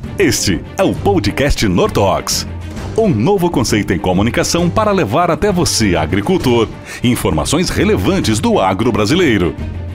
Este é o podcast Nortox, um novo conceito em comunicação para levar até você, agricultor, informações relevantes do agro brasileiro.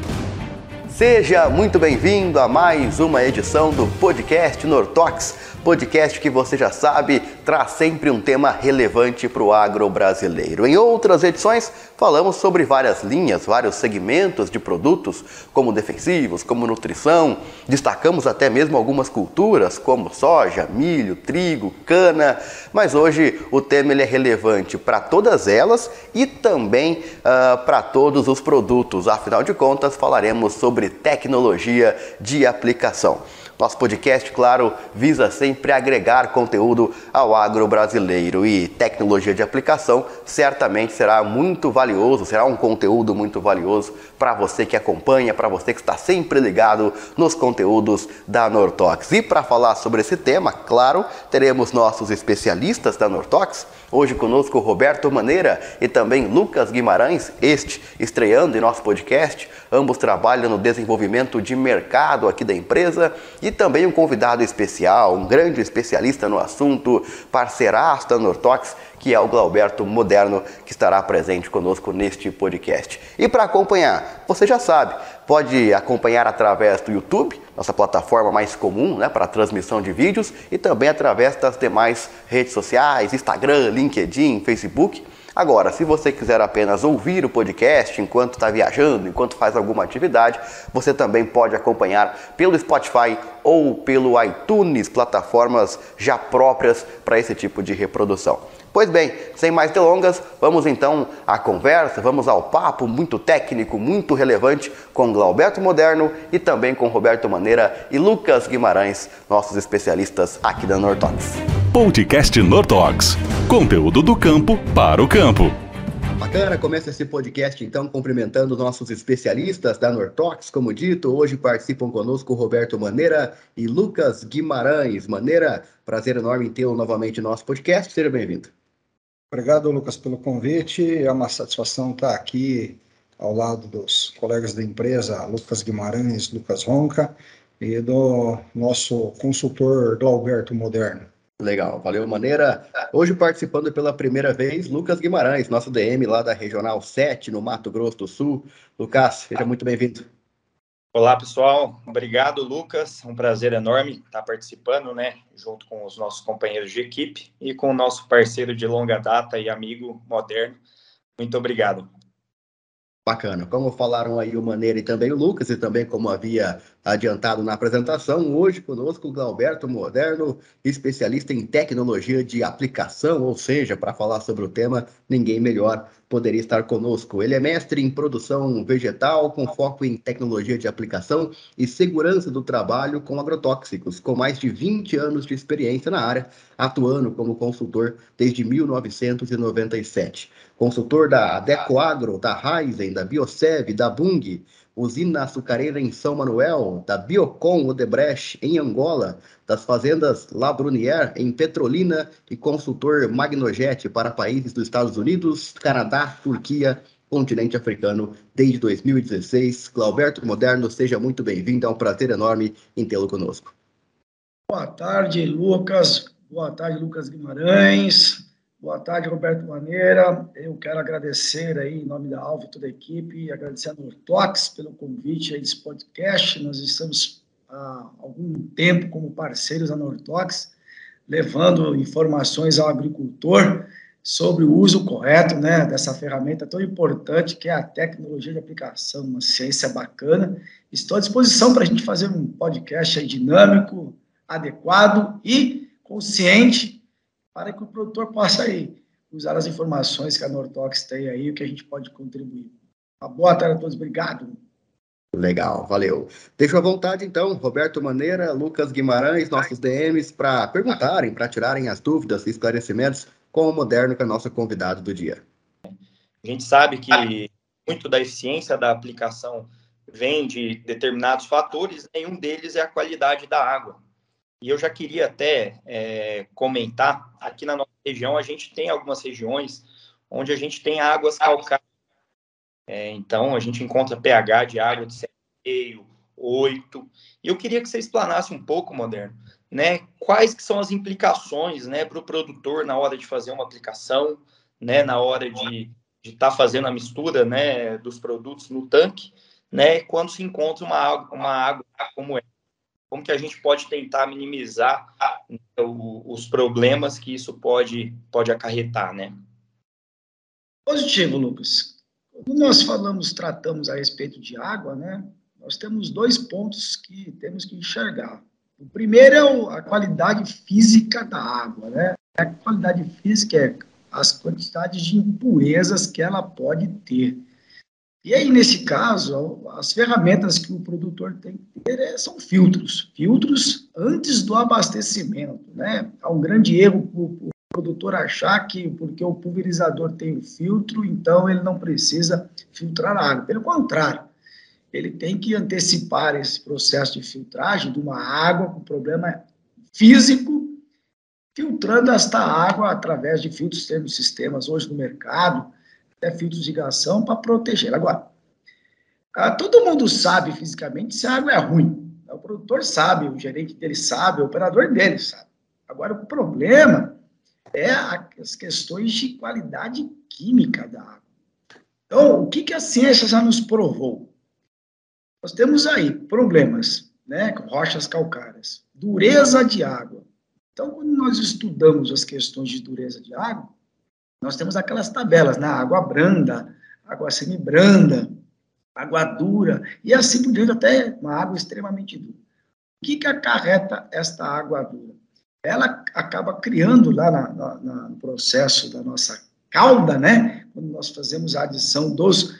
Seja muito bem-vindo a mais uma edição do podcast Nortox, podcast que você já sabe, traz sempre um tema relevante para o agro brasileiro. Em outras edições, falamos sobre várias linhas, vários segmentos de produtos, como defensivos, como nutrição, destacamos até mesmo algumas culturas, como soja, milho, trigo, cana, mas hoje o tema ele é relevante para todas elas e também para todos os produtos. Afinal de contas, falaremos sobre tecnologia de aplicação. Nosso podcast, claro, visa sempre agregar conteúdo ao agro brasileiro e tecnologia de aplicação certamente será muito valioso, será um conteúdo muito valioso para você que acompanha, para você que está sempre ligado nos conteúdos da Nortox. E para falar sobre esse tema, claro, teremos nossos especialistas da Nortox. Hoje conosco Roberto Maneira e também Lucas Guimarães, estreando em nosso podcast. Ambos trabalham no desenvolvimento de mercado aqui da empresa e também um convidado especial, um grande especialista no assunto, parceiraço da Nortox, que é o Glauberto Moderno, que estará presente conosco neste podcast. E para acompanhar, você já sabe, pode acompanhar através do YouTube, nossa plataforma mais comum, para transmissão de vídeos, e também através das demais redes sociais, Instagram, LinkedIn, Facebook. Agora, se você quiser apenas ouvir o podcast enquanto está viajando, enquanto faz alguma atividade, você também pode acompanhar pelo Spotify ou pelo iTunes, plataformas já próprias para esse tipo de reprodução. Pois bem, sem mais delongas, vamos então à conversa, vamos ao papo muito técnico, muito relevante com Glauberto Moderno e também com Roberto Maneira e Lucas Guimarães, nossos especialistas aqui da Nortox. Podcast Nortox, conteúdo do campo para o campo. Bacana, começa esse podcast então cumprimentando nossos especialistas da Nortox, como dito, hoje participam conosco Roberto Maneira e Lucas Guimarães. Maneira, prazer enorme em tê-lo novamente no nosso podcast, seja bem-vindo. Obrigado, Lucas, pelo convite. É uma satisfação estar aqui ao lado dos colegas da empresa, Lucas Guimarães, Lucas Ronca, e do nosso consultor Glauberto Moderno. Legal, valeu, Maneira. Hoje participando pela primeira vez, Lucas Guimarães, nosso DM lá da Regional 7, no Mato Grosso do Sul. Lucas, seja muito bem-vindo. Olá, pessoal. Obrigado, Lucas. Um prazer enorme estar participando, junto com os nossos companheiros de equipe e com o nosso parceiro de longa data e amigo Moderno. Muito obrigado. Bacana. Como falaram aí o Maneira e também o Lucas, e também como havia adiantado na apresentação, hoje conosco o Glauberto Moderno, especialista em tecnologia de aplicação, ou seja, para falar sobre o tema, ninguém melhor poderia estar conosco. Ele é mestre em produção vegetal, com foco em tecnologia de aplicação e segurança do trabalho com agrotóxicos, com mais de 20 anos de experiência na área, atuando como consultor desde 1997. Consultor da Adecoagro, da Raizen, da Biosev, da Bung, usina açucareira em São Manuel, da Biocon Odebrecht em Angola, das fazendas La Brunière em Petrolina e consultor Magnojet para países dos Estados Unidos, Canadá, Turquia, continente africano desde 2016. Glauberto Moderno, seja muito bem-vindo, é um prazer enorme em tê-lo conosco. Boa tarde, Lucas. Boa tarde, Lucas Guimarães. Boa tarde, Roberto Maneira. Eu quero agradecer aí, em nome da Alvo e toda a equipe, agradecer a Nortox pelo convite aí desse podcast. Nós estamos há algum tempo como parceiros da Nortox, levando informações ao agricultor sobre o uso correto, dessa ferramenta tão importante que é a tecnologia de aplicação, uma ciência bacana. Estou à disposição para a gente fazer um podcast aí dinâmico, adequado e consciente, para que o produtor possa aí usar as informações que a Nortox tem aí, o que a gente pode contribuir. Uma boa tarde a todos, obrigado. Legal, valeu. Deixo à vontade então, Roberto Maneira, Lucas Guimarães, nossos DMs, para perguntarem, para tirarem as dúvidas e esclarecimentos com o Moderno, que é nosso convidado do dia. A gente sabe que muito da eficiência da aplicação vem de determinados fatores, e um deles é a qualidade da água. E eu já queria até comentar, aqui na nossa região, a gente tem algumas regiões onde a gente tem águas calcárias. Então, a gente encontra pH de água de 7,5, 8. E eu queria que você explanasse um pouco, Moderno, né, quais que são as implicações, né, para o produtor na hora de fazer uma aplicação, né, na hora de estar fazendo a mistura, né, dos produtos no tanque, né, quando se encontra uma água como essa. Como que a gente pode tentar minimizar, né, os problemas que isso pode acarretar, né? Positivo, Lucas. Quando nós tratamos a respeito de água, né, nós temos 2 pontos que temos que enxergar. O primeiro é a qualidade física da água, né? A qualidade física é as quantidades de impurezas que ela pode ter. E aí, nesse caso, as ferramentas que o produtor tem que ter são filtros antes do abastecimento, né? Há um grande erro o produtor achar que porque o pulverizador tem o filtro, então ele não precisa filtrar a água. Pelo contrário, ele tem que antecipar esse processo de filtragem de uma água com problema físico, filtrando esta água através de filtros, temos sistemas hoje no mercado, até filtros de irrigação para proteger. Agora, todo mundo sabe fisicamente se a água é ruim. O produtor sabe, o gerente dele sabe, o operador dele sabe. Agora, o problema é as questões de qualidade química da água. Então, o que a ciência já nos provou? Nós temos aí problemas, né, com rochas calcárias, dureza de água. Então, quando nós estudamos as questões de dureza de água, nós temos aquelas tabelas, né, água branda, água semibranda, água dura, e assim por diante, até uma água extremamente dura. O que acarreta esta água dura? Ela acaba criando lá no processo da nossa calda, né? Quando nós fazemos a adição dos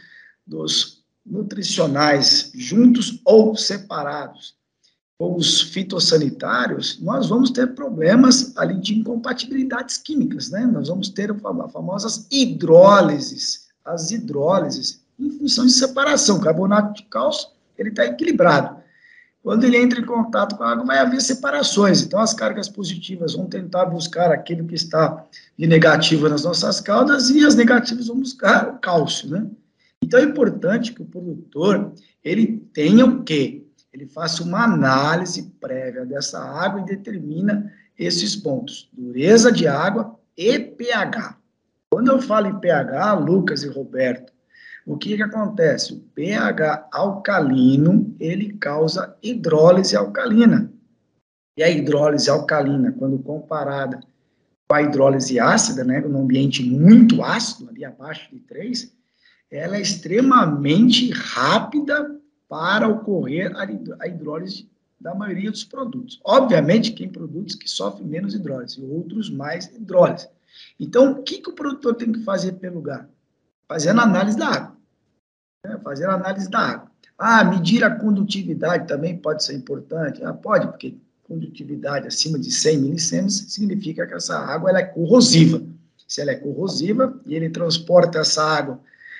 nutricionais juntos ou separados, ou os fitossanitários, nós vamos ter problemas ali de incompatibilidades químicas, né? Nós vamos ter as famosas hidrólises, as hidrólises, em função de separação. O carbonato de cálcio, ele está equilibrado. Quando ele entra em contato com a água, vai haver separações. Então, as cargas positivas vão tentar buscar aquilo que está de negativo nas nossas caldas e as negativas vão buscar o cálcio, né? Então, é importante que o produtor, ele tenha o quê? Ele faça uma análise prévia dessa água e determina esses pontos, dureza de água e pH. Quando eu falo em pH, Lucas e Roberto, o que acontece? O pH alcalino, ele causa hidrólise alcalina. E a hidrólise alcalina, quando comparada com a hidrólise ácida, né, num ambiente muito ácido, ali abaixo de 3, ela é extremamente rápida para ocorrer a hidrólise da maioria dos produtos. Obviamente, tem produtos que sofrem menos hidrólise e outros mais hidrólise. Então, o que o produtor tem que fazer pelo lugar? Fazendo análise da água. Fazer análise da água. Medir a condutividade também pode ser importante? Pode, porque condutividade acima de 100 milisiemens significa que essa água ela é corrosiva. Se ela é corrosiva e ele transporta essa água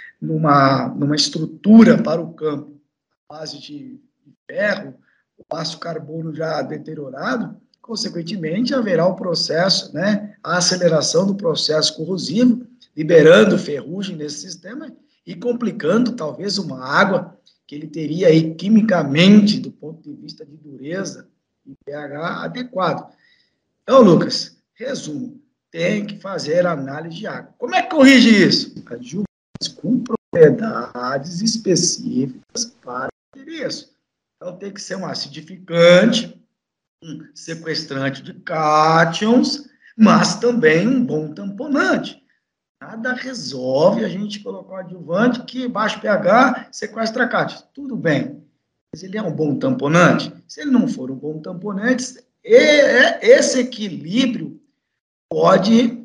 numa estrutura para o campo, à base de ferro, o aço carbono já deteriorado, consequentemente haverá o processo, né, a aceleração do processo corrosivo, liberando ferrugem nesse sistema e complicando talvez uma água que ele teria aí quimicamente, do ponto de vista de dureza e pH adequado. Então, Lucas, resumo, tem que fazer análise de água. Como é que corrige isso? Adjuvantes com propriedades específicas para isso. Então, tem que ser um acidificante, um sequestrante de cátions, mas também um bom tamponante. Nada resolve a gente colocar um adjuvante que baixo pH sequestra cátions. Tudo bem, mas ele é um bom tamponante? Se ele não for um bom tamponante, esse equilíbrio pode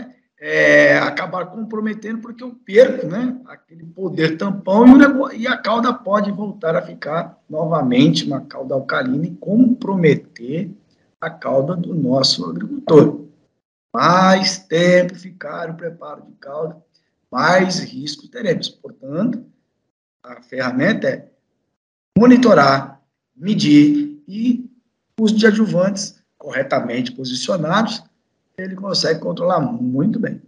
acabar comprometendo, porque eu perco, né, aquele poder tampão e a cauda pode voltar a ficar novamente uma cauda alcalina e comprometer a cauda do nosso agricultor. Mais tempo ficar o preparo de cauda, mais riscos teremos. Portanto, a ferramenta é monitorar, medir e uso de adjuvantes corretamente posicionados, ele consegue controlar muito bem.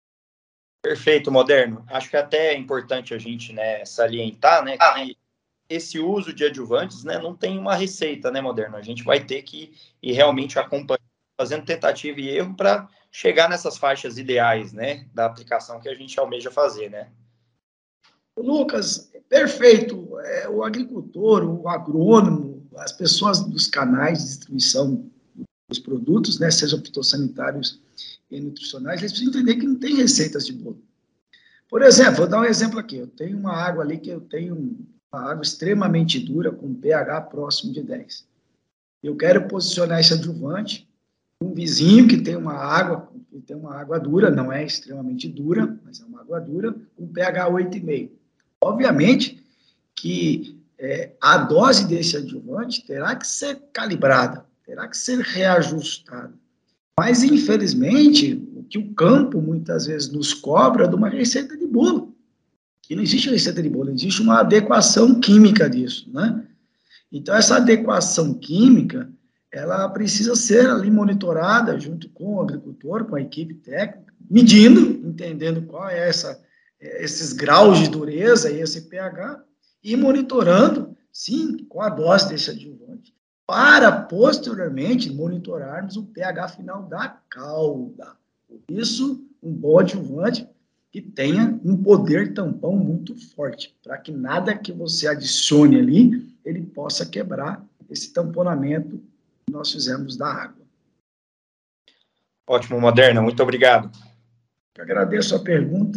Perfeito, Moderno. Acho que até é importante a gente, né, salientar, né, que esse uso de adjuvantes, né, não tem uma receita, né, Moderno? A gente vai ter que ir realmente acompanhando, fazendo tentativa e erro para chegar nessas faixas ideais, né, da aplicação que a gente almeja fazer, né? Lucas, perfeito. O agricultor, o agrônomo, as pessoas dos canais de distribuição dos produtos, né, sejam fitossanitários e nutricionais, eles precisam entender que não tem receitas de bolo. Por exemplo, vou dar um exemplo aqui. Eu tenho uma água ali que eu tenho uma água extremamente dura, com pH próximo de 10. Eu quero posicionar esse adjuvante. Um vizinho que tem uma água dura, não é extremamente dura, mas é uma água dura, com pH 8,5. Obviamente que a dose desse adjuvante terá que ser calibrada, terá que ser reajustada. Mas, infelizmente, o que o campo muitas vezes nos cobra é de uma receita de bolo. E não existe receita de bolo, existe uma adequação química disso, né? Então, essa adequação química, ela precisa ser ali monitorada junto com o agricultor, com a equipe técnica, medindo, entendendo qual é esses graus de dureza e esse pH, e monitorando, sim, com a dose desse adjuvante, para posteriormente monitorarmos o pH final da cauda. Por isso, um bom adjuvante que tenha um poder tampão muito forte, para que nada que você adicione ali, ele possa quebrar esse tamponamento que nós fizemos da água. Ótimo, Moderno, muito obrigado. Eu agradeço a pergunta.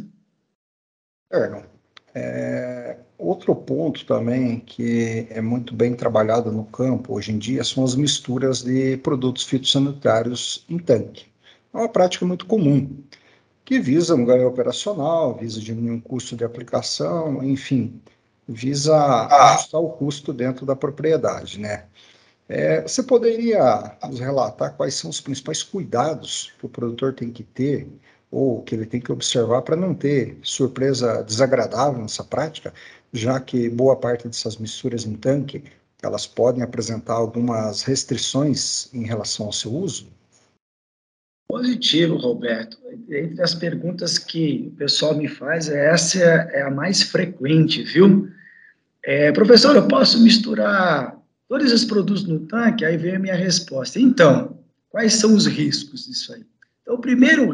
Outro ponto também que é muito bem trabalhado no campo hoje em dia são as misturas de produtos fitossanitários em tanque. É uma prática muito comum, que visa um ganho operacional, visa diminuir o custo de aplicação, enfim, visa ajustar o custo dentro da propriedade, né? Você poderia nos relatar quais são os principais cuidados que o produtor tem que ter ou que ele tem que observar para não ter surpresa desagradável nessa prática, já que boa parte dessas misturas em tanque, elas podem apresentar algumas restrições em relação ao seu uso? Positivo, Roberto. Entre as perguntas que o pessoal me faz, essa é a mais frequente, viu? Professor, eu posso misturar todos esses produtos no tanque? Aí vem a minha resposta. Então, quais são os riscos disso aí? Então, o primeiro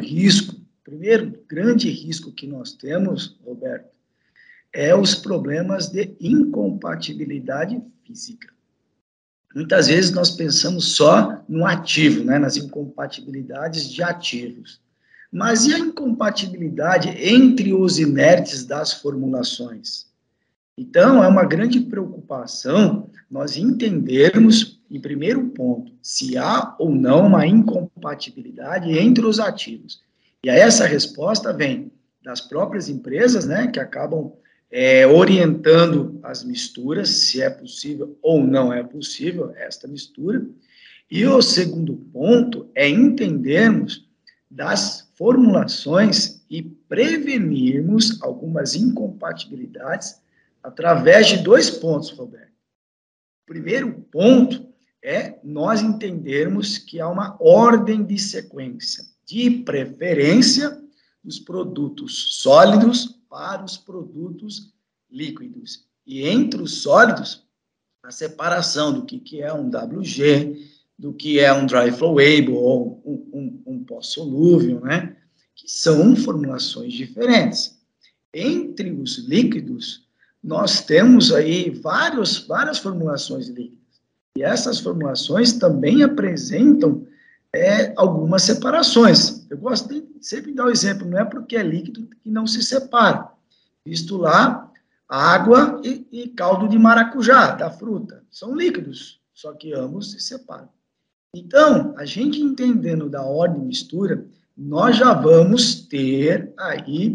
grande risco que nós temos, Roberto, é os problemas de incompatibilidade física. Muitas vezes nós pensamos só no ativo, né, nas incompatibilidades de ativos. Mas e a incompatibilidade entre os inertes das formulações? Então, é uma grande preocupação nós entendermos, em primeiro ponto, se há ou não uma incompatibilidade entre os ativos. E aí essa resposta vem das próprias empresas, né, que acabam orientando as misturas, se é possível ou não é possível esta mistura. E o segundo ponto é entendermos das formulações e prevenirmos algumas incompatibilidades através de 2 pontos, Roberto. O primeiro ponto é nós entendermos que há uma ordem de sequência, de preferência dos produtos sólidos para os produtos líquidos. E entre os sólidos, a separação do que é um WG, do que é um dry flowable ou um pós-solúvel, né? Que são formulações diferentes. Entre os líquidos, nós temos aí várias formulações líquidas. E essas formulações também apresentam algumas separações. Eu gosto de sempre dar o exemplo, não é porque é líquido que não se separa. Visto lá, água e caldo de maracujá, da fruta, são líquidos, só que ambos se separam. Então, a gente entendendo da ordem de mistura, nós já vamos ter aí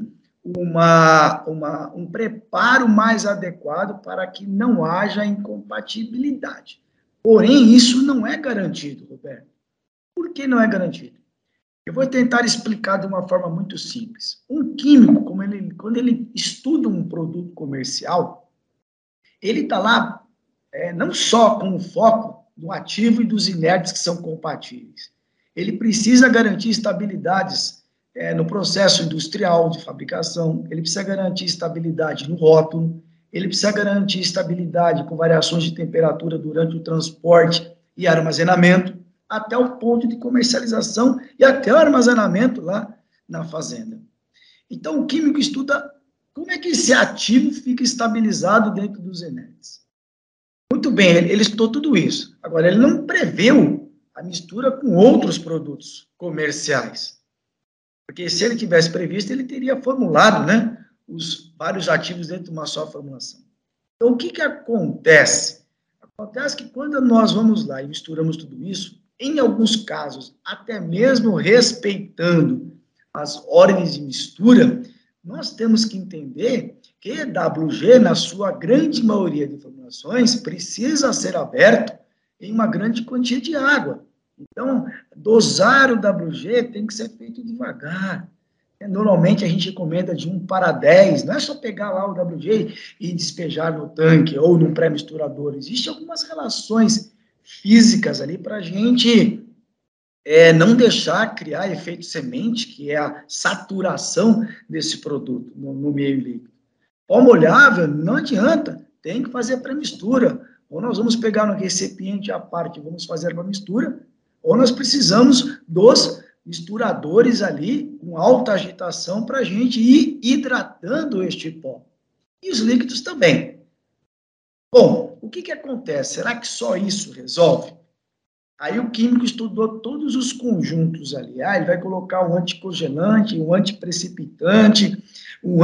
um preparo mais adequado para que não haja incompatibilidade. Porém, isso não é garantido, Roberto. Por que não é garantido? Eu vou tentar explicar de uma forma muito simples. Um químico, quando ele estuda um produto comercial, ele está lá não só com o foco do ativo e dos inertes que são compatíveis. Ele precisa garantir estabilidades no processo industrial de fabricação, ele precisa garantir estabilidade no rótulo, ele precisa garantir estabilidade com variações de temperatura durante o transporte e armazenamento, até o ponto de comercialização e até o armazenamento lá na fazenda. Então, o químico estuda como é que esse ativo fica estabilizado dentro dos inertes. Muito bem, ele estudou tudo isso. Agora, ele não preveu a mistura com outros produtos comerciais. Porque se ele tivesse previsto, ele teria formulado, né, os vários ativos dentro de uma só formulação. Então, o que acontece? Acontece que quando nós vamos lá e misturamos tudo isso, em alguns casos, até mesmo respeitando as ordens de mistura, nós temos que entender que WG, na sua grande maioria de formulações, precisa ser aberto em uma grande quantia de água. Então, dosar o WG tem que ser feito devagar. Normalmente, a gente recomenda de 1:10, não é só pegar lá o WG e despejar no tanque ou num pré-misturador. Existem algumas relações físicas ali para a gente não deixar criar efeito semente, que é a saturação desse produto no meio líquido. Pó molhável, não adianta, tem que fazer pré-mistura. Ou nós vamos pegar no recipiente à parte, vamos fazer uma mistura, ou nós precisamos dos misturadores ali, com alta agitação, para a gente ir hidratando este pó. E os líquidos também. Bom, o que acontece? Será que só isso resolve? Aí o químico estudou todos os conjuntos ali. Ele vai colocar um anticongelante, um antiprecipitante, um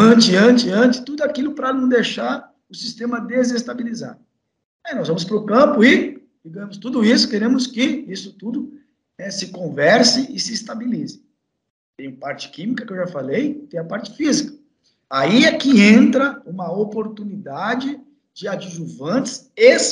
tudo aquilo para não deixar o sistema desestabilizado. Aí nós vamos para o campo e digamos tudo isso, queremos que isso tudo se converse e se estabilize. Tem parte química, que eu já falei, tem a parte física. Aí é que entra uma oportunidade de adjuvantes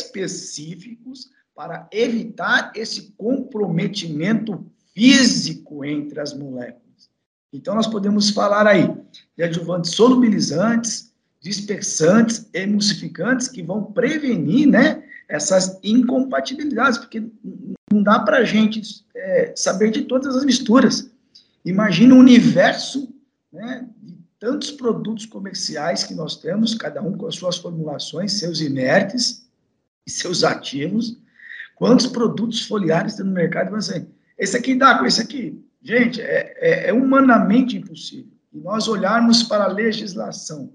específicos para evitar esse comprometimento físico entre as moléculas. Então, nós podemos falar aí de adjuvantes solubilizantes, dispersantes, emulsificantes, que vão prevenir, né, essas incompatibilidades, porque não dá para a gente saber de todas as misturas. Imagina um universo, né, de tantos produtos comerciais que nós temos, cada um com as suas formulações, seus inertes e seus ativos. Quantos produtos foliares tem no mercado? Assim, esse aqui dá com esse aqui. Gente, é humanamente impossível. E nós olharmos para a legislação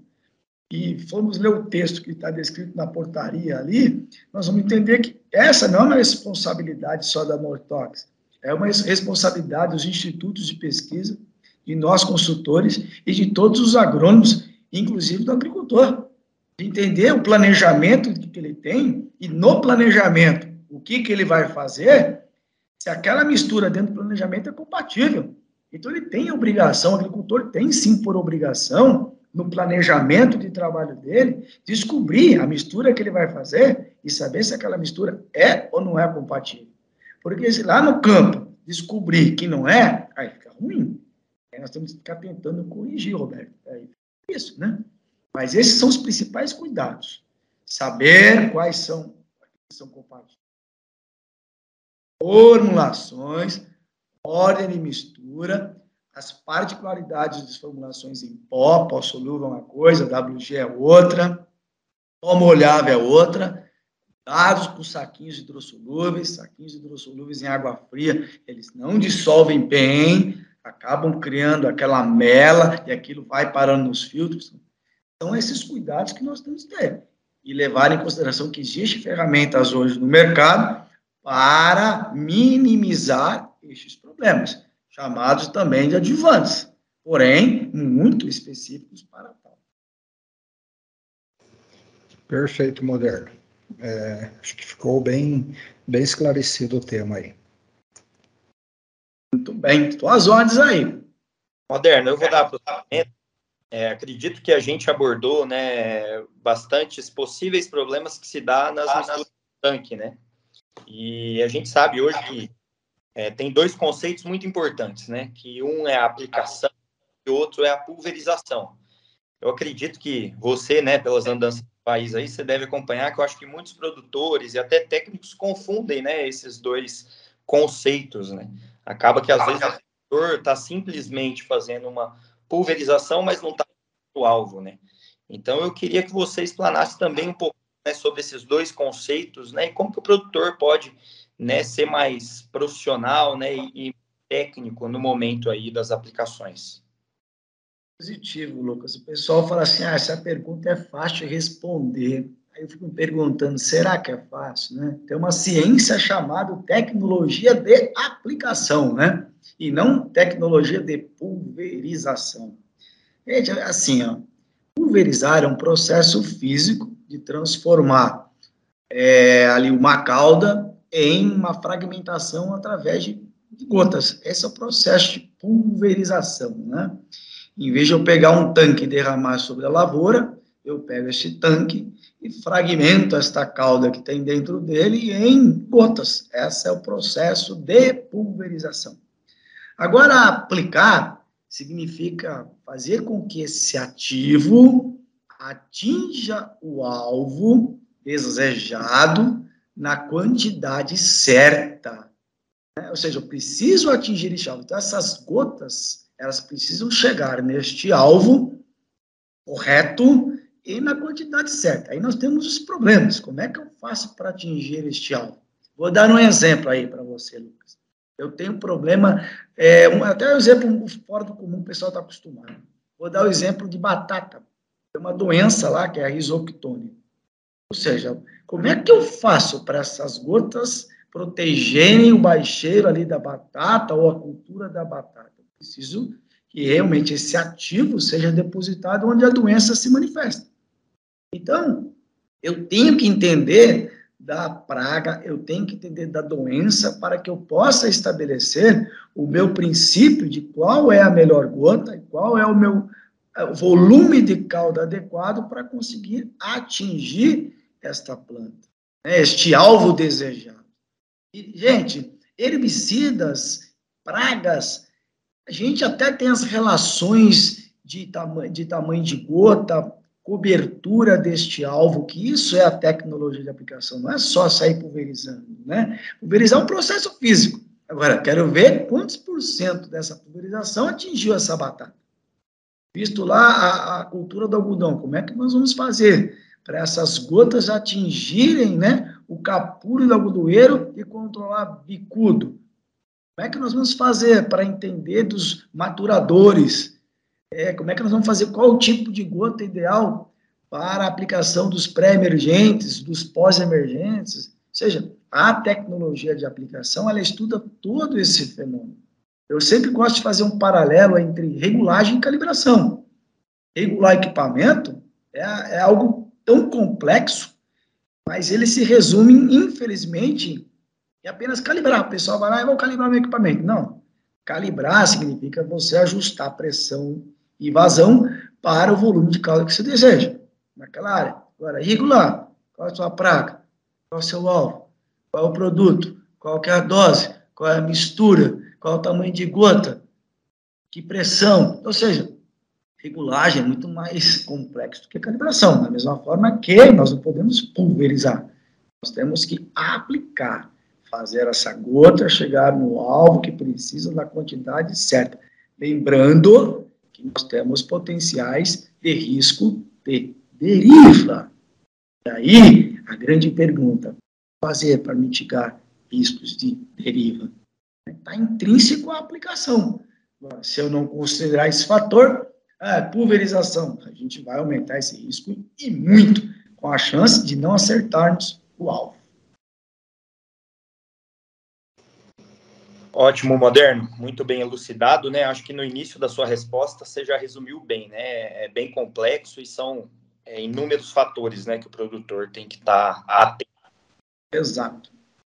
e formos ler o texto que está descrito na portaria ali, nós vamos entender que essa não é uma responsabilidade só da Mortox, é uma responsabilidade dos institutos de pesquisa, de nós consultores e de todos os agrônomos, inclusive do agricultor, de entender o planejamento que ele tem e no planejamento o que ele vai fazer, se aquela mistura dentro do planejamento é compatível. Então, ele tem a obrigação, o agricultor tem sim por obrigação, no planejamento de trabalho dele, descobrir a mistura que ele vai fazer e saber se aquela mistura é ou não é compatível. Porque se lá no campo descobrir que não é, aí fica ruim. Aí nós temos que ficar tentando corrigir, Roberto. É isso, né? Mas esses são os principais cuidados. Saber quais são compatíveis. Formulações, ordem de mistura, as particularidades das formulações em pó solúvel é uma coisa, WG é outra, pó molhável é outra, dados com saquinhos hidrossolúveis em água fria, eles não dissolvem bem, acabam criando aquela mela e aquilo vai parando nos filtros. São esses cuidados que nós temos que ter e levar em consideração que existem ferramentas hoje no mercado para minimizar estes problemas, chamados também de adjuvantes, porém, muito específicos para tal. Perfeito, Moderno. Acho que ficou bem esclarecido o tema aí. Muito bem, estou às ordens aí. Moderno, eu vou dar prosseguimento. Acredito que a gente abordou, né, bastantes possíveis problemas que se dá nas misturas do tanque, né? E a gente sabe hoje que tem dois conceitos muito importantes, né? Que um é a aplicação e o outro é a pulverização. Eu acredito que você, né, pelas andanças do país aí, você deve acompanhar que eu acho que muitos produtores e até técnicos confundem, né, esses dois conceitos, né? Acaba que às vezes o produtor está simplesmente fazendo uma pulverização, mas não está no alvo, né? Então, eu queria que você explanasse também um pouco, né, sobre esses dois conceitos, né, e como que o produtor pode, né, ser mais profissional, né, e técnico no momento aí das aplicações. Positivo, Lucas. O pessoal fala assim, essa pergunta é fácil de responder. Aí eu fico me perguntando, será que é fácil, né? Tem uma ciência chamada tecnologia de aplicação, né? E não tecnologia de pulverização. Gente, assim, ó, pulverizar é um processo físico de transformar ali uma cauda em uma fragmentação através de gotas. Esse é o processo de pulverização, né? Em vez de eu pegar um tanque e derramar sobre a lavoura, eu pego esse tanque e fragmento esta cauda que tem dentro dele em gotas. Esse é o processo de pulverização. Agora, aplicar significa fazer com que esse ativo atinja o alvo desejado na quantidade certa. Ou seja, eu preciso atingir este alvo. Então, essas gotas, elas precisam chegar neste alvo correto e na quantidade certa. Aí nós temos os problemas. Como é que eu faço para atingir este alvo? Vou dar um exemplo aí para você, Lucas. Eu tenho um problema, até um exemplo fora do comum, o pessoal está acostumado. Vou dar o exemplo de batata. Tem uma doença lá, que é a risoctone. Ou seja, como é que eu faço para essas gotas protegerem o baixeiro ali da batata ou a cultura da batata? Eu preciso que realmente esse ativo seja depositado onde a doença se manifesta. Então, eu tenho que entender da praga, eu tenho que entender da doença para que eu possa estabelecer o meu princípio de qual é a melhor gota e qual é o meu volume de cauda adequado para conseguir atingir esta planta, né, este alvo desejado. E, gente, herbicidas, pragas, a gente até tem as relações de tamanho de gota, cobertura deste alvo, que isso é a tecnologia de aplicação, não é só sair pulverizando, né? Pulverizar é um processo físico. Agora, quero ver quantos por cento dessa pulverização atingiu essa batata. Visto lá a cultura do algodão, como é que nós vamos fazer para essas gotas atingirem, né, o capulho do algodoeiro e controlar bicudo? Como é que nós vamos fazer para entender dos maturadores? Como é que nós vamos fazer, qual o tipo de gota ideal para a aplicação dos pré-emergentes, dos pós-emergentes? Ou seja, a tecnologia de aplicação, ela estuda todo esse fenômeno. Eu sempre gosto de fazer um paralelo entre regulagem e calibração. Regular equipamento é algo tão complexo, mas ele se resume, infelizmente, em apenas calibrar. O pessoal vai lá e vou calibrar meu equipamento. Não. Calibrar significa você ajustar a pressão e vazão para o volume de cauda que você deseja, naquela área. Agora, regular. Qual é a sua praga? Qual é o seu alvo? Qual é o produto? Qual é a dose? Qual é a mistura? Qual é o tamanho de gota? Que pressão? Ou seja, regulagem é muito mais complexo do que calibração. Da mesma forma que nós não podemos pulverizar. Nós temos que aplicar, fazer essa gota chegar no alvo que precisa da quantidade certa. Lembrando que nós temos potenciais de risco de deriva. E aí, a grande pergunta, fazer para mitigar riscos de deriva? Está intrínseco à aplicação. Se eu não considerar esse fator, pulverização, a gente vai aumentar esse risco e muito, com a chance de não acertarmos o alvo. Ótimo, Moderno, muito bem elucidado, né? Acho que no início da sua resposta você já resumiu bem, né? É bem complexo e são inúmeros fatores, né, que o produtor tem que estar atento. Exato.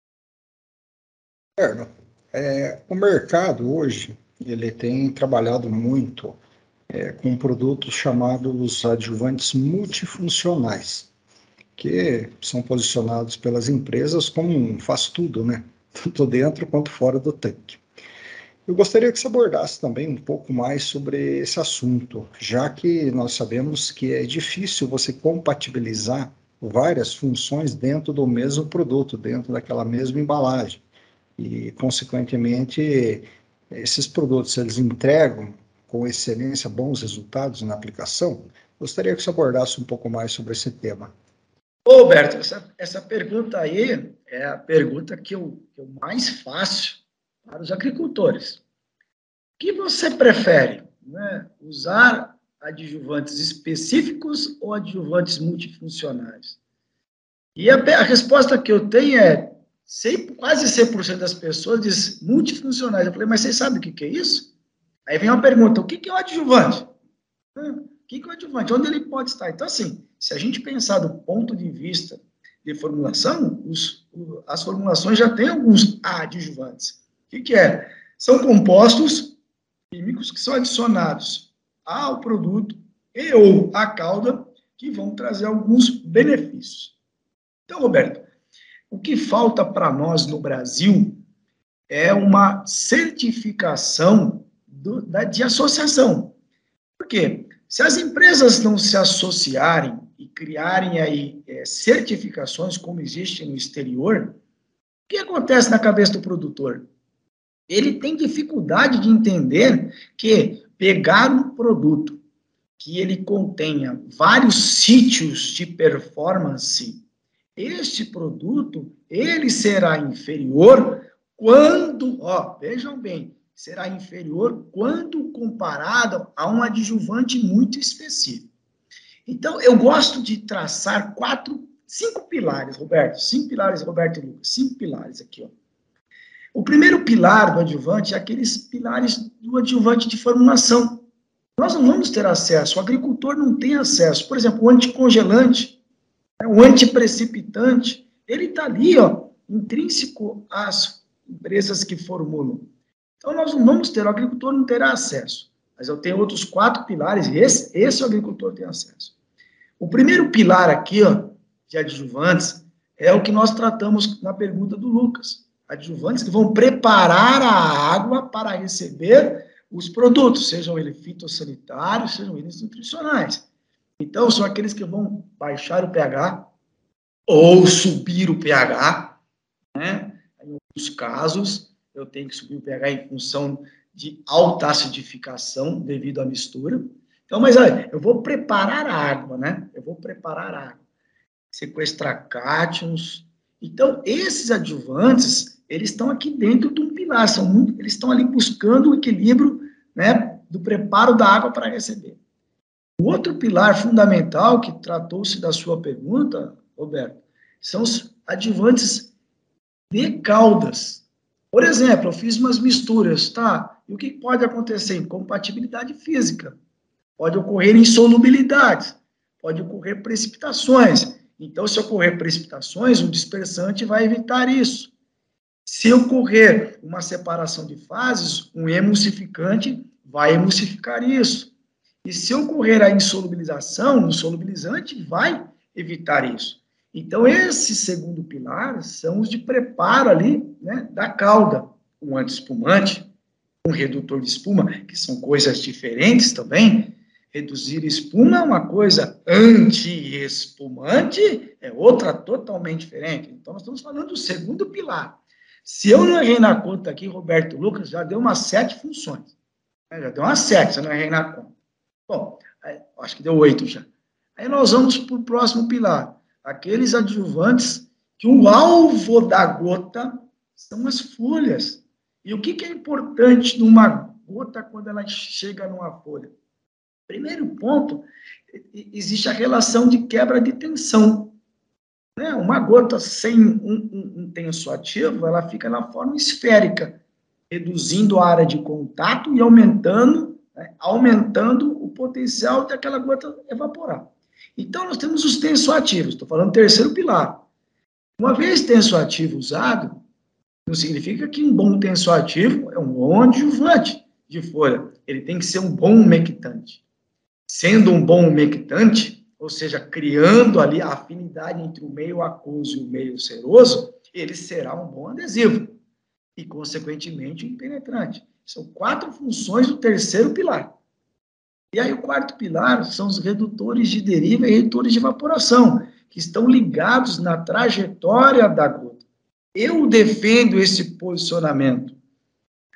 O mercado hoje, ele tem trabalhado muito com produtos chamados adjuvantes multifuncionais, que são posicionados pelas empresas como um faz-tudo, né? Tanto dentro quanto fora do tanque. Eu gostaria que você abordasse também um pouco mais sobre esse assunto, já que nós sabemos que é difícil você compatibilizar várias funções dentro do mesmo produto, dentro daquela mesma embalagem. E, consequentemente, esses produtos eles entregam com excelência, bons resultados na aplicação? Gostaria que você abordasse um pouco mais sobre esse tema. Ô, Roberto, essa pergunta aí é a pergunta que eu mais faço para os agricultores. O que você prefere, né? Usar adjuvantes específicos ou adjuvantes multifuncionais? E a resposta que eu tenho é, quase 100% das pessoas diz multifuncionais. Eu falei, mas vocês sabem o que é isso? Aí vem uma pergunta, o que é o adjuvante? O que é o adjuvante? Onde ele pode estar? Então, assim, se a gente pensar do ponto de vista de formulação, as formulações já têm alguns adjuvantes. O que é? São compostos químicos que são adicionados ao produto e ou à cauda que vão trazer alguns benefícios. Então, Roberto, o que falta para nós no Brasil é uma certificação de associação. Por quê? Se as empresas não se associarem e criarem aí certificações como existe no exterior, o que acontece na cabeça do produtor? Ele tem dificuldade de entender que pegar um produto que ele contenha vários sítios de performance, este produto, ele será inferior quando, vejam bem, será inferior quando comparado a um adjuvante muito específico. Então, eu gosto de traçar 5 pilares, Roberto. 5 pilares, Roberto e Lucas. 5 pilares aqui, ó. O primeiro pilar do adjuvante é aqueles pilares do adjuvante de formulação. Nós não vamos ter acesso, o agricultor não tem acesso. Por exemplo, o anticongelante, o antiprecipitante, ele está ali, ó, intrínseco às empresas que formulam. Então, nós não vamos ter, o agricultor não terá acesso. Mas eu tenho outros 4 pilares, e esse o agricultor tem acesso. O primeiro pilar aqui, ó, de adjuvantes, é o que nós tratamos na pergunta do Lucas. Adjuvantes que vão preparar a água para receber os produtos, sejam eles fitossanitários, sejam eles nutricionais. Então, são aqueles que vão baixar o pH ou subir o pH, né? Em alguns casos, eu tenho que subir o pH em função de alta acidificação devido à mistura. Então, mas olha, eu vou preparar a água, né? Eu vou preparar a água. Sequestrar cátions. Então, esses adjuvantes, eles estão aqui dentro de um pilar, eles estão ali buscando o equilíbrio, né, do preparo da água para receber. O outro pilar fundamental que tratou-se da sua pergunta, Roberto, são os adjuvantes de caudas. Por exemplo, eu fiz umas misturas, tá? E o que pode acontecer? Incompatibilidade física. Pode ocorrer insolubilidades, pode ocorrer precipitações. Então, se ocorrer precipitações, o dispersante vai evitar isso. Se ocorrer uma separação de fases, um emulsificante vai emulsificar isso. E se ocorrer a insolubilização, o solubilizante vai evitar isso. Então, esse segundo pilar são os de preparo ali, né, da cauda. Um antiespumante, um redutor de espuma, que são coisas diferentes também. Reduzir espuma é uma coisa, anti-espumante é outra totalmente diferente. Então, nós estamos falando do segundo pilar. Se eu não errei na conta aqui, Roberto Lucas, já deu umas 7 funções. Já deu umas 7, se eu não errei na conta. Bom, acho que deu 8 já. Aí nós vamos para o próximo pilar. Aqueles adjuvantes que o alvo da gota são as folhas. E o que é importante numa gota quando ela chega numa folha? Primeiro ponto, existe a relação de quebra de tensão. Né? Uma gota sem um tensoativo, ela fica na forma esférica, reduzindo a área de contato e aumentando o potencial daquela gota evaporar. Então, nós temos os tensoativos, estou falando do terceiro pilar. Uma vez tensoativo usado, não significa que um bom tensoativo é um bom adjuvante de folha. Ele tem que ser um bom umectante. Sendo um bom umectante, ou seja, criando ali a afinidade entre o meio aquoso e o meio seroso, ele será um bom adesivo e, consequentemente, um penetrante. São 4 funções do terceiro pilar. E aí o quarto pilar são os redutores de deriva e redutores de evaporação, que estão ligados na trajetória da gota. Eu defendo esse posicionamento.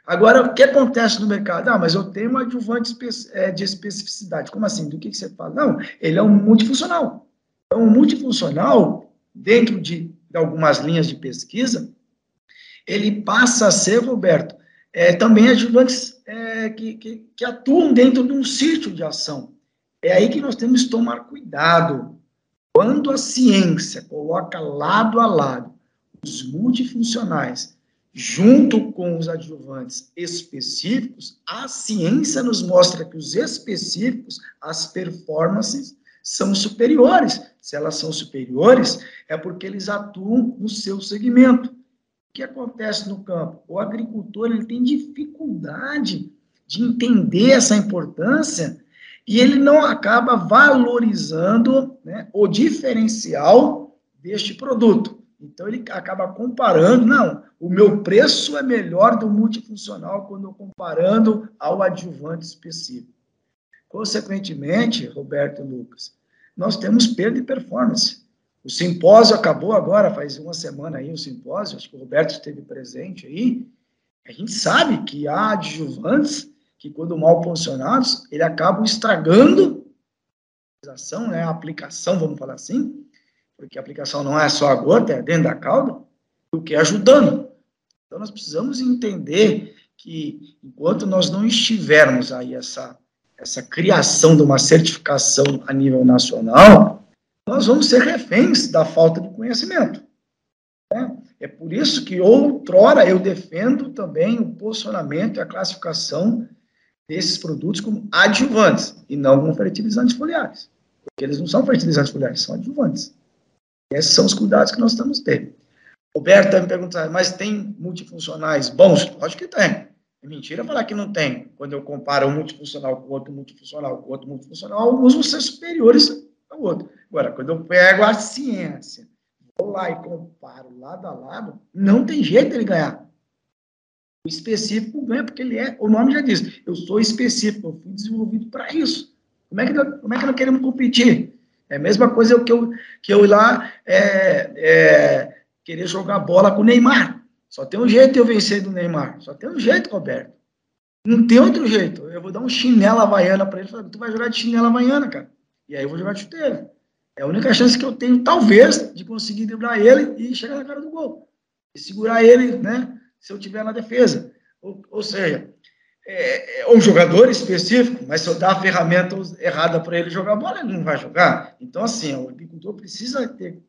Agora, o que acontece no mercado? Mas eu tenho um adjuvante de especificidade. Como assim? Do que você fala? Não, ele é um multifuncional. Então, um multifuncional, dentro de algumas linhas de pesquisa, ele passa a ser, Roberto, também adjuvantes que atuam dentro de um sítio de ação. É aí que nós temos que tomar cuidado. Quando a ciência coloca lado a lado os multifuncionais junto com os adjuvantes específicos, a ciência nos mostra que os específicos, as performances, são superiores. Se elas são superiores, é porque eles atuam no seu segmento. O que acontece no campo? O agricultor ele tem dificuldade de entender essa importância e ele não acaba valorizando, né, o diferencial deste produto. Então, ele acaba comparando, não, o meu preço é melhor do multifuncional quando eu comparando ao adjuvante específico. Consequentemente, Roberto e Lucas, nós temos perda de performance. O simpósio acabou agora, faz uma semana aí, o simpósio, acho que o Roberto esteve presente aí. A gente sabe que há adjuvantes que, quando mal posicionados, ele acabam estragando a aplicação, vamos falar assim, porque a aplicação não é só a gota, é dentro da cauda, do que ajudando. Então, nós precisamos entender que, enquanto nós não estivermos aí essa criação de uma certificação a nível nacional, nós vamos ser reféns da falta de conhecimento. Né? É por isso que, outrora, eu defendo também o posicionamento e a classificação desses produtos como adjuvantes, e não como fertilizantes foliares. Porque eles não são fertilizantes foliares, são adjuvantes. Esses são os cuidados que nós estamos tendo. Roberto está me perguntando, mas tem multifuncionais bons? Lógico que tem. É mentira falar que não tem. Quando eu comparo um multifuncional com outro multifuncional com outro multifuncional, alguns vão ser superiores ao outro. Agora, quando eu pego a ciência, vou lá e comparo lado a lado, não tem jeito dele ganhar. O específico ganha porque ele é, o nome já diz, eu sou específico, eu fui desenvolvido para isso. Como é que nós queremos competir? É a mesma coisa que eu ir lá querer jogar bola com o Neymar. Só tem um jeito de eu vencer do Neymar. Só tem um jeito, Roberto. Não tem outro jeito. Eu vou dar um chinelo havaiana para ele e falar, tu vai jogar de chinelo havaiana, cara. E aí eu vou jogar de chuteira. É a única chance que eu tenho, talvez, de conseguir driblar ele e chegar na cara do gol. E segurar ele, né, se eu estiver na defesa. Ou seja, é um jogador específico, mas se eu dar a ferramenta errada para ele jogar bola, ele não vai jogar. Então, assim, o agricultor precisa ter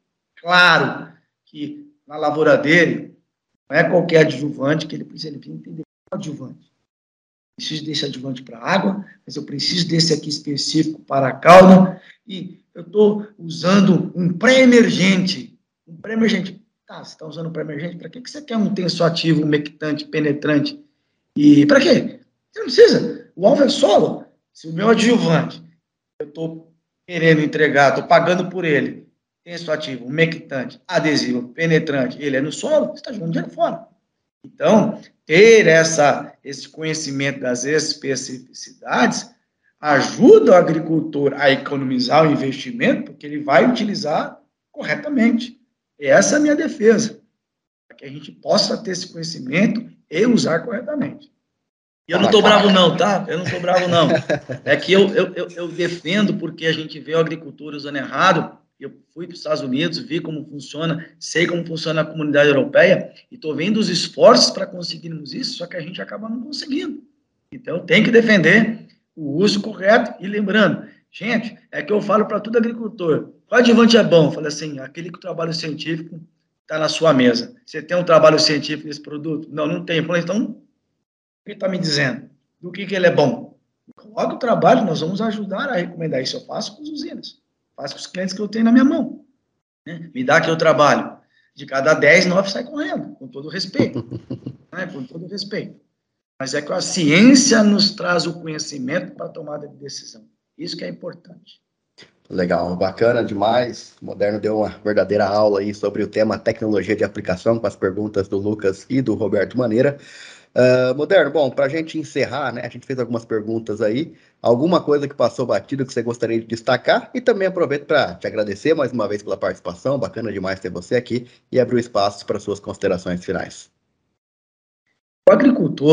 claro que na lavoura dele não é qualquer adjuvante que ele precisa entender qual adjuvante. Eu preciso desse adjuvante para a água, mas eu preciso desse aqui específico para a cauda, e eu estou usando um pré-emergente. Um pré-emergente. Tá, você está usando um pré-emergente, para que você quer um tensoativo, um mectante, penetrante? E para quê? Você não precisa. O alvo é solo. Se o meu adjuvante, eu estou querendo entregar, estou pagando por ele, tensoativo, umectante, adesivo, penetrante, ele é no solo, você está jogando dinheiro fora. Então, ter esse conhecimento das especificidades ajuda o agricultor a economizar o investimento, porque ele vai utilizar corretamente. E essa é a minha defesa, para que a gente possa ter esse conhecimento e usar corretamente. E eu não estou bravo não, tá? Eu não estou bravo não. É que eu defendo porque a gente vê a agricultura usando errado. Eu fui para os Estados Unidos, vi como funciona, sei como funciona a comunidade europeia, e estou vendo os esforços para conseguirmos isso, só que a gente acaba não conseguindo. Então, tem que defender o uso correto. E lembrando, gente, é que eu falo para todo agricultor, qual adjuvante é bom? Eu falo assim, aquele que o trabalho científico está na sua mesa. Você tem um trabalho científico desse produto? Não, não tem. Eu falei, então, o que está me dizendo? Do que ele é bom? Coloca o trabalho, nós vamos ajudar a recomendar isso. Eu faço com as usinas. Faço com os clientes que eu tenho na minha mão. Né? Me dá aqui o trabalho. De cada 10, 9 sai correndo, com todo respeito. Né? Com todo respeito. Mas é que a ciência nos traz o conhecimento para a tomada de decisão. Isso que é importante. Legal, bacana demais. O Moderno deu uma verdadeira aula aí sobre o tema tecnologia de aplicação, com as perguntas do Lucas e do Roberto Maneira. Moderno, bom, para a gente encerrar, né, a gente fez algumas perguntas aí, alguma coisa que passou batido que você gostaria de destacar, e também aproveito para te agradecer mais uma vez pela participação, bacana demais ter você aqui, e abrir o espaço para suas considerações finais. O agricultor,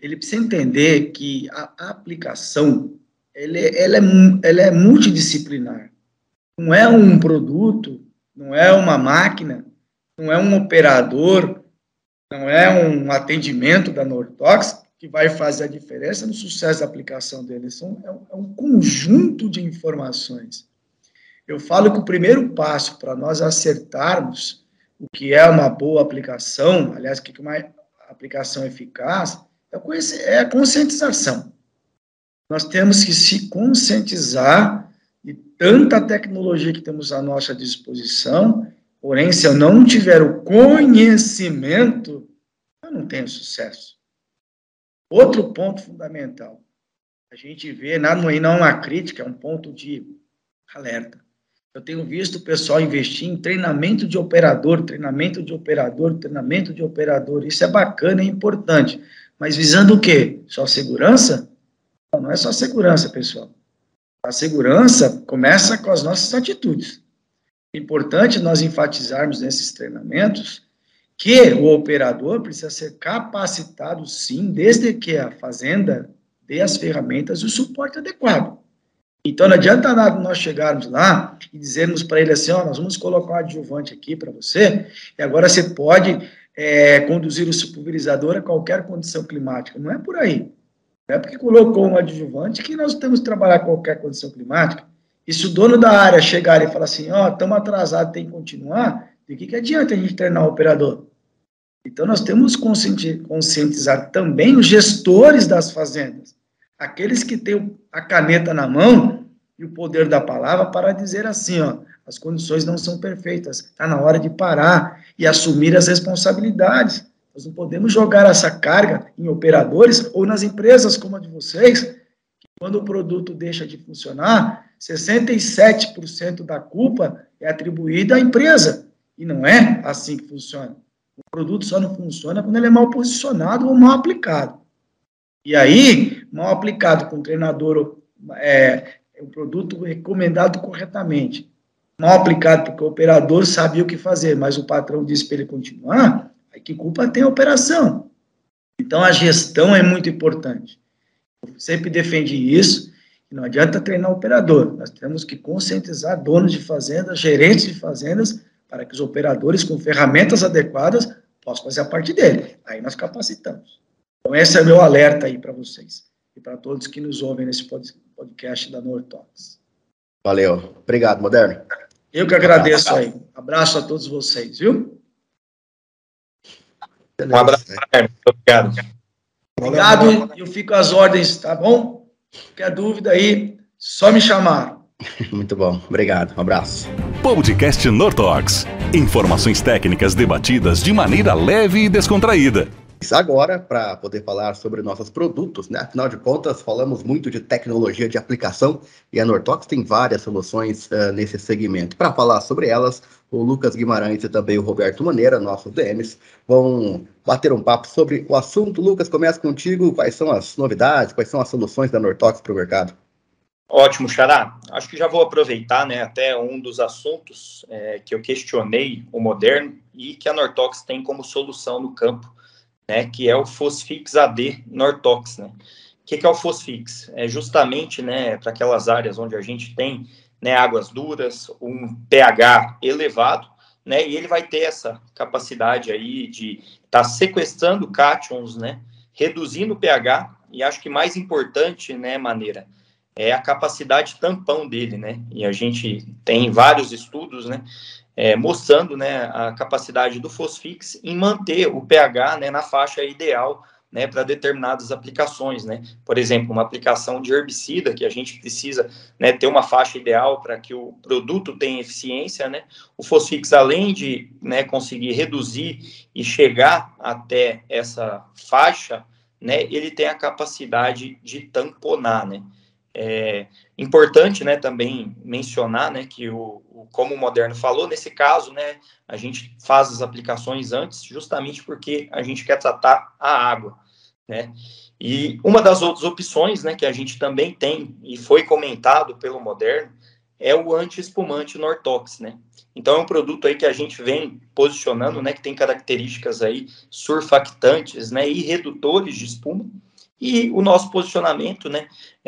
ele precisa entender que a aplicação, ela é multidisciplinar. Não é um produto, não é uma máquina, não é um operador, não é um atendimento da Nortox que vai fazer a diferença no sucesso da aplicação dele. É um conjunto de informações. Eu falo que o primeiro passo para nós acertarmos o que é uma boa aplicação, aliás, o que é uma aplicação eficaz, é a conscientização. Nós temos que se conscientizar de tanta tecnologia que temos à nossa disposição, porém, se eu não tiver o conhecimento, eu não tenho sucesso. Outro ponto fundamental, a gente vê, não é uma crítica, é um ponto de alerta. Eu tenho visto o pessoal investir em treinamento de operador. Isso é bacana e importante. Mas visando o quê? Só segurança? Não é só segurança, pessoal. A segurança começa com as nossas atitudes. É importante nós enfatizarmos nesses treinamentos que o operador precisa ser capacitado, sim, desde que a fazenda dê as ferramentas e o suporte adequado. Então, não adianta nada nós chegarmos lá e dizermos para ele assim, nós vamos colocar um adjuvante aqui para você, e agora você pode conduzir o pulverizador a qualquer condição climática. Não é por aí. Não é porque colocou um adjuvante que nós temos que trabalhar com qualquer condição climática. E se o dono da área chegar e falar assim, estamos atrasados, tem que continuar, de que adianta a gente treinar o operador? Então, nós temos que conscientizar também os gestores das fazendas, aqueles que têm a caneta na mão e o poder da palavra para dizer assim, as condições não são perfeitas, está na hora de parar e assumir as responsabilidades. Nós não podemos jogar essa carga em operadores ou nas empresas como a de vocês, que quando o produto deixa de funcionar, 67% da culpa é atribuída à empresa, e não é assim que funciona. O produto só não funciona quando ele é mal posicionado ou mal aplicado. E aí, mal aplicado com o treinador, o produto recomendado corretamente. Mal aplicado porque o operador sabia o que fazer, mas o patrão disse para ele continuar, aí que culpa tem a operação? Então, a gestão é muito importante. Eu sempre defendi isso, que não adianta treinar o operador. Nós temos que conscientizar donos de fazendas, gerentes de fazendas, para que os operadores, com ferramentas adequadas, possam fazer a parte dele. Aí nós capacitamos. Então, esse é meu alerta aí para vocês e para todos que nos ouvem nesse podcast da Nortox. Valeu. Obrigado, Moderno. Eu que agradeço aí. Abraço a todos vocês, viu? Um abraço, Moderno. Obrigado. Obrigado. Eu fico às ordens, tá bom? Qualquer dúvida aí, só me chamar. Muito bom. Obrigado. Um abraço. Podcast Nortox. Informações técnicas debatidas de maneira leve e descontraída. Agora, para poder falar sobre nossos produtos, né? Afinal de contas, falamos muito de tecnologia de aplicação e a Nortox tem várias soluções nesse segmento. Para falar sobre elas, o Lucas Guimarães e também o Roberto Maneira, nossos DMs, vão bater um papo sobre o assunto. Lucas, começa contigo. Quais são as novidades, quais são as soluções da Nortox para o mercado? Ótimo, Xará. Acho que já vou aproveitar, né, até um dos assuntos que eu questionei o Moderno e que a Nortox tem como solução no campo, né, que é o Fosfix AD Nortox, né? O que é o Fosfix? É justamente, né, para aquelas áreas onde a gente tem, né, águas duras, um pH elevado, né, e ele vai ter essa capacidade aí de estar sequestrando cátions, né, reduzindo o pH, e acho que mais importante, né, Maneira, é a capacidade tampão dele, né, e a gente tem vários estudos, né, mostrando, né, a capacidade do Fosfix em manter o pH, né, na faixa ideal, né, para determinadas aplicações, né, por exemplo, uma aplicação de herbicida que a gente precisa, né, ter uma faixa ideal para que o produto tenha eficiência, né, o Fosfix, além de, né, conseguir reduzir e chegar até essa faixa, né, ele tem a capacidade de tamponar, né. É importante, né, também mencionar, né, que como o Moderno falou, nesse caso, né, a gente faz as aplicações antes, justamente porque a gente quer tratar a água, né, e uma das outras opções, né, que a gente também tem, e foi comentado pelo Moderno, é o anti-espumante Nortox, né, então é um produto aí que a gente vem posicionando, né, que tem características aí surfactantes, né, e redutores de espuma, E o nosso posicionamento, né,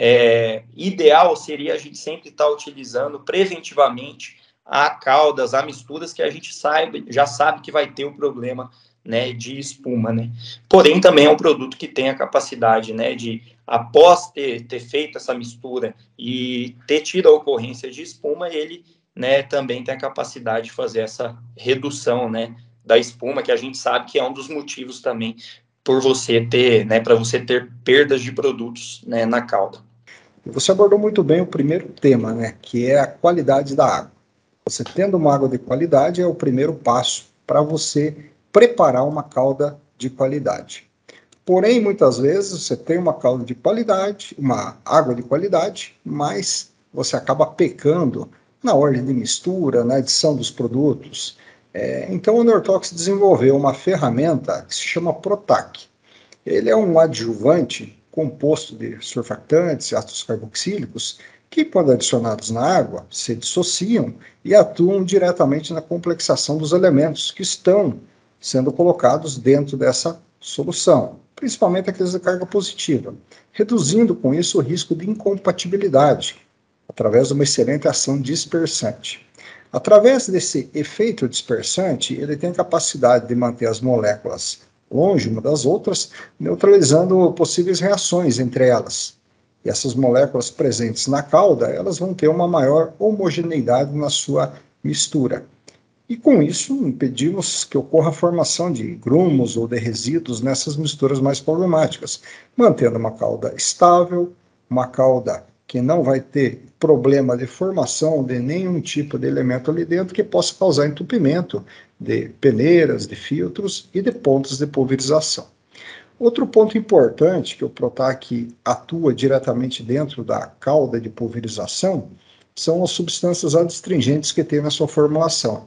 ideal seria a gente sempre estar utilizando preventivamente a caldas, a misturas que a gente já sabe que vai ter o problema, né, de espuma, né. Porém, também é um produto que tem a capacidade, né, de, após ter feito essa mistura e ter tido a ocorrência de espuma, ele, né, também tem a capacidade de fazer essa redução, né, da espuma, que a gente sabe que é um dos motivos também por você ter, né, para você ter perdas de produtos, né, na calda. Você abordou muito bem o primeiro tema, né, que é a qualidade da água. Você tendo uma água de qualidade é o primeiro passo para você preparar uma calda de qualidade. Porém, muitas vezes você tem uma calda de qualidade, uma água de qualidade, mas você acaba pecando na ordem de mistura, na edição dos produtos. Então, o Nortox desenvolveu uma ferramenta que se chama Protac. Ele é um adjuvante composto de surfactantes e ácidos carboxílicos que, quando adicionados na água, se dissociam e atuam diretamente na complexação dos elementos que estão sendo colocados dentro dessa solução, principalmente aqueles de carga positiva, reduzindo com isso o risco de incompatibilidade, através de uma excelente ação dispersante. Através desse efeito dispersante, ele tem a capacidade de manter as moléculas longe uma das outras, neutralizando possíveis reações entre elas. E essas moléculas presentes na calda, elas vão ter uma maior homogeneidade na sua mistura. E com isso, impedimos que ocorra a formação de grumos ou de resíduos nessas misturas mais problemáticas, mantendo uma calda estável, uma calda que não vai ter problema de formação de nenhum tipo de elemento ali dentro que possa causar entupimento de peneiras, de filtros e de pontos de pulverização. Outro ponto importante que o Protac atua diretamente dentro da calda de pulverização são as substâncias adstringentes que tem na sua formulação,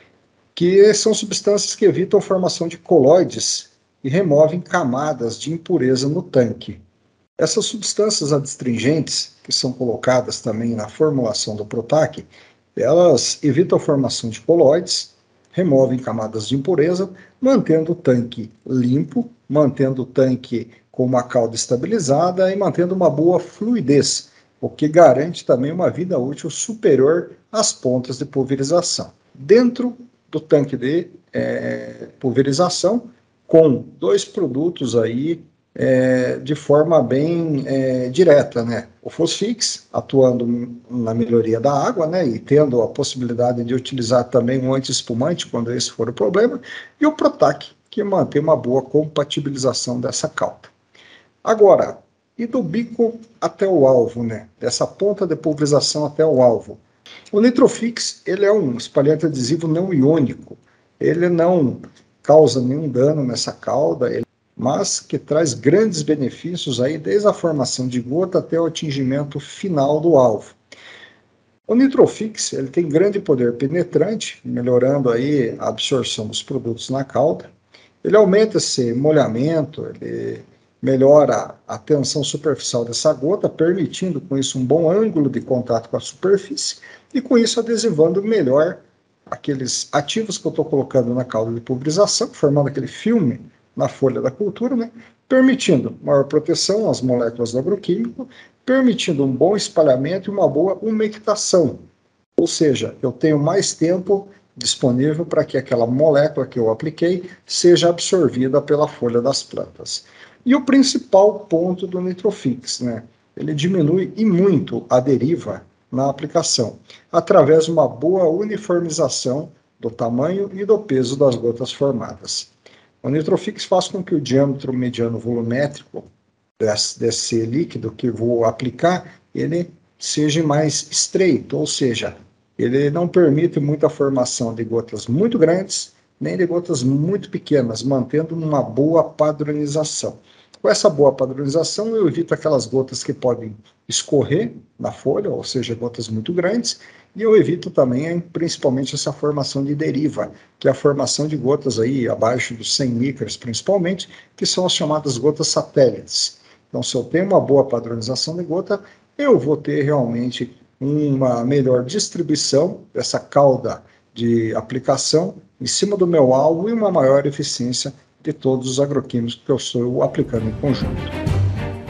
que são substâncias que evitam a formação de coloides e removem camadas de impureza no tanque. Essas substâncias adstringentes, que são colocadas também na formulação do Protac, elas evitam a formação de coloides, removem camadas de impureza, mantendo o tanque limpo, mantendo o tanque com uma calda estabilizada e mantendo uma boa fluidez, o que garante também uma vida útil superior às pontas de pulverização. Dentro do tanque de pulverização, com dois produtos aí de forma bem direta, né? O Fosfix, atuando na melhoria da água, né? E tendo a possibilidade de utilizar também um anti-espumante quando esse for o problema, e o Protac, que mantém uma boa compatibilização dessa calda. Agora, e do bico até o alvo, né? Dessa ponta de pulverização até o alvo. O Nitrofix, ele é um espalhante adesivo não iônico. Ele não causa nenhum dano nessa calda, mas que traz grandes benefícios aí desde a formação de gota até o atingimento final do alvo. O Nitrofix, ele tem grande poder penetrante, melhorando aí a absorção dos produtos na calda. Ele aumenta esse molhamento, ele melhora a tensão superficial dessa gota, permitindo com isso um bom ângulo de contato com a superfície e com isso adesivando melhor aqueles ativos que eu estou colocando na calda de pulverização, formando aquele filme na folha da cultura, né? Permitindo maior proteção às moléculas do agroquímico, permitindo um bom espalhamento e uma boa umectação. Ou seja, eu tenho mais tempo disponível para que aquela molécula que eu apliquei seja absorvida pela folha das plantas. E o principal ponto do Nitrofix, né? Ele diminui e muito a deriva na aplicação, através de uma boa uniformização do tamanho e do peso das gotas formadas. O Nitrofix faz com que o diâmetro mediano volumétrico desse líquido que vou aplicar, ele seja mais estreito, ou seja, ele não permite muita formação de gotas muito grandes, nem de gotas muito pequenas, mantendo uma boa padronização. Com essa boa padronização, eu evito aquelas gotas que podem escorrer na folha, ou seja, gotas muito grandes, e eu evito também, principalmente, essa formação de deriva, que é a formação de gotas aí abaixo dos 100 micras, principalmente, que são as chamadas gotas satélites. Então, se eu tenho uma boa padronização de gota, eu vou ter realmente uma melhor distribuição dessa calda de aplicação em cima do meu alvo e uma maior eficiência de todos os agroquímicos que eu estou aplicando em conjunto.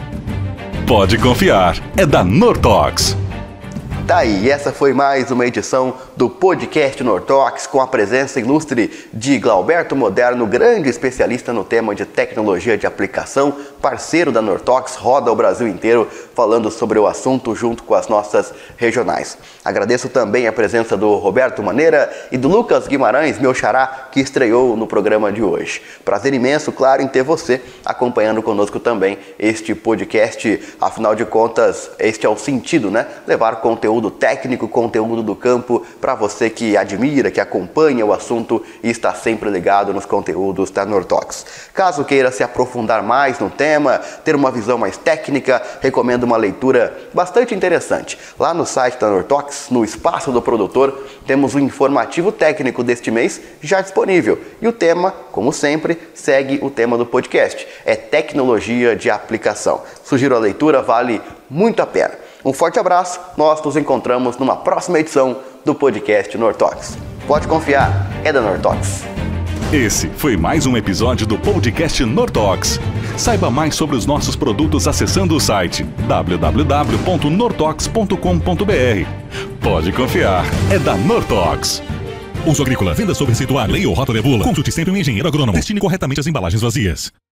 Pode confiar, é da Nortox. Tá aí, essa foi mais uma edição do podcast Nortox com a presença ilustre de Glauberto Moderno, grande especialista no tema de tecnologia de aplicação, parceiro da Nortox, roda o Brasil inteiro falando sobre o assunto junto com as nossas regionais. Agradeço também a presença do Roberto Maneira e do Lucas Guimarães, meu xará, que estreou no programa de hoje. Prazer imenso, claro, em ter você acompanhando conosco também este podcast. Afinal de contas, este é o sentido, né? Levar conteúdo técnico, conteúdo do campo para você que admira, que acompanha o assunto e está sempre ligado nos conteúdos da Nortox. Caso queira se aprofundar mais no tema, ter uma visão mais técnica, recomendo uma leitura bastante interessante. Lá no site da Nortox, no Espaço do Produtor, temos o informativo técnico deste mês já disponível. E o tema, como sempre, segue o tema do podcast. É tecnologia de aplicação. Sugiro a leitura, vale muito a pena. Um forte abraço, nós nos encontramos numa próxima edição do podcast Nortox. Pode confiar, é da Nortox. Esse foi mais um episódio do podcast Nortox. Saiba mais sobre os nossos produtos acessando o site www.nortox.com.br. Pode confiar, é da Nortox. Uso agrícola, venda sob receituário, lei ou rota de bula. Consulte sempre um engenheiro agrônomo. Destine corretamente as embalagens vazias.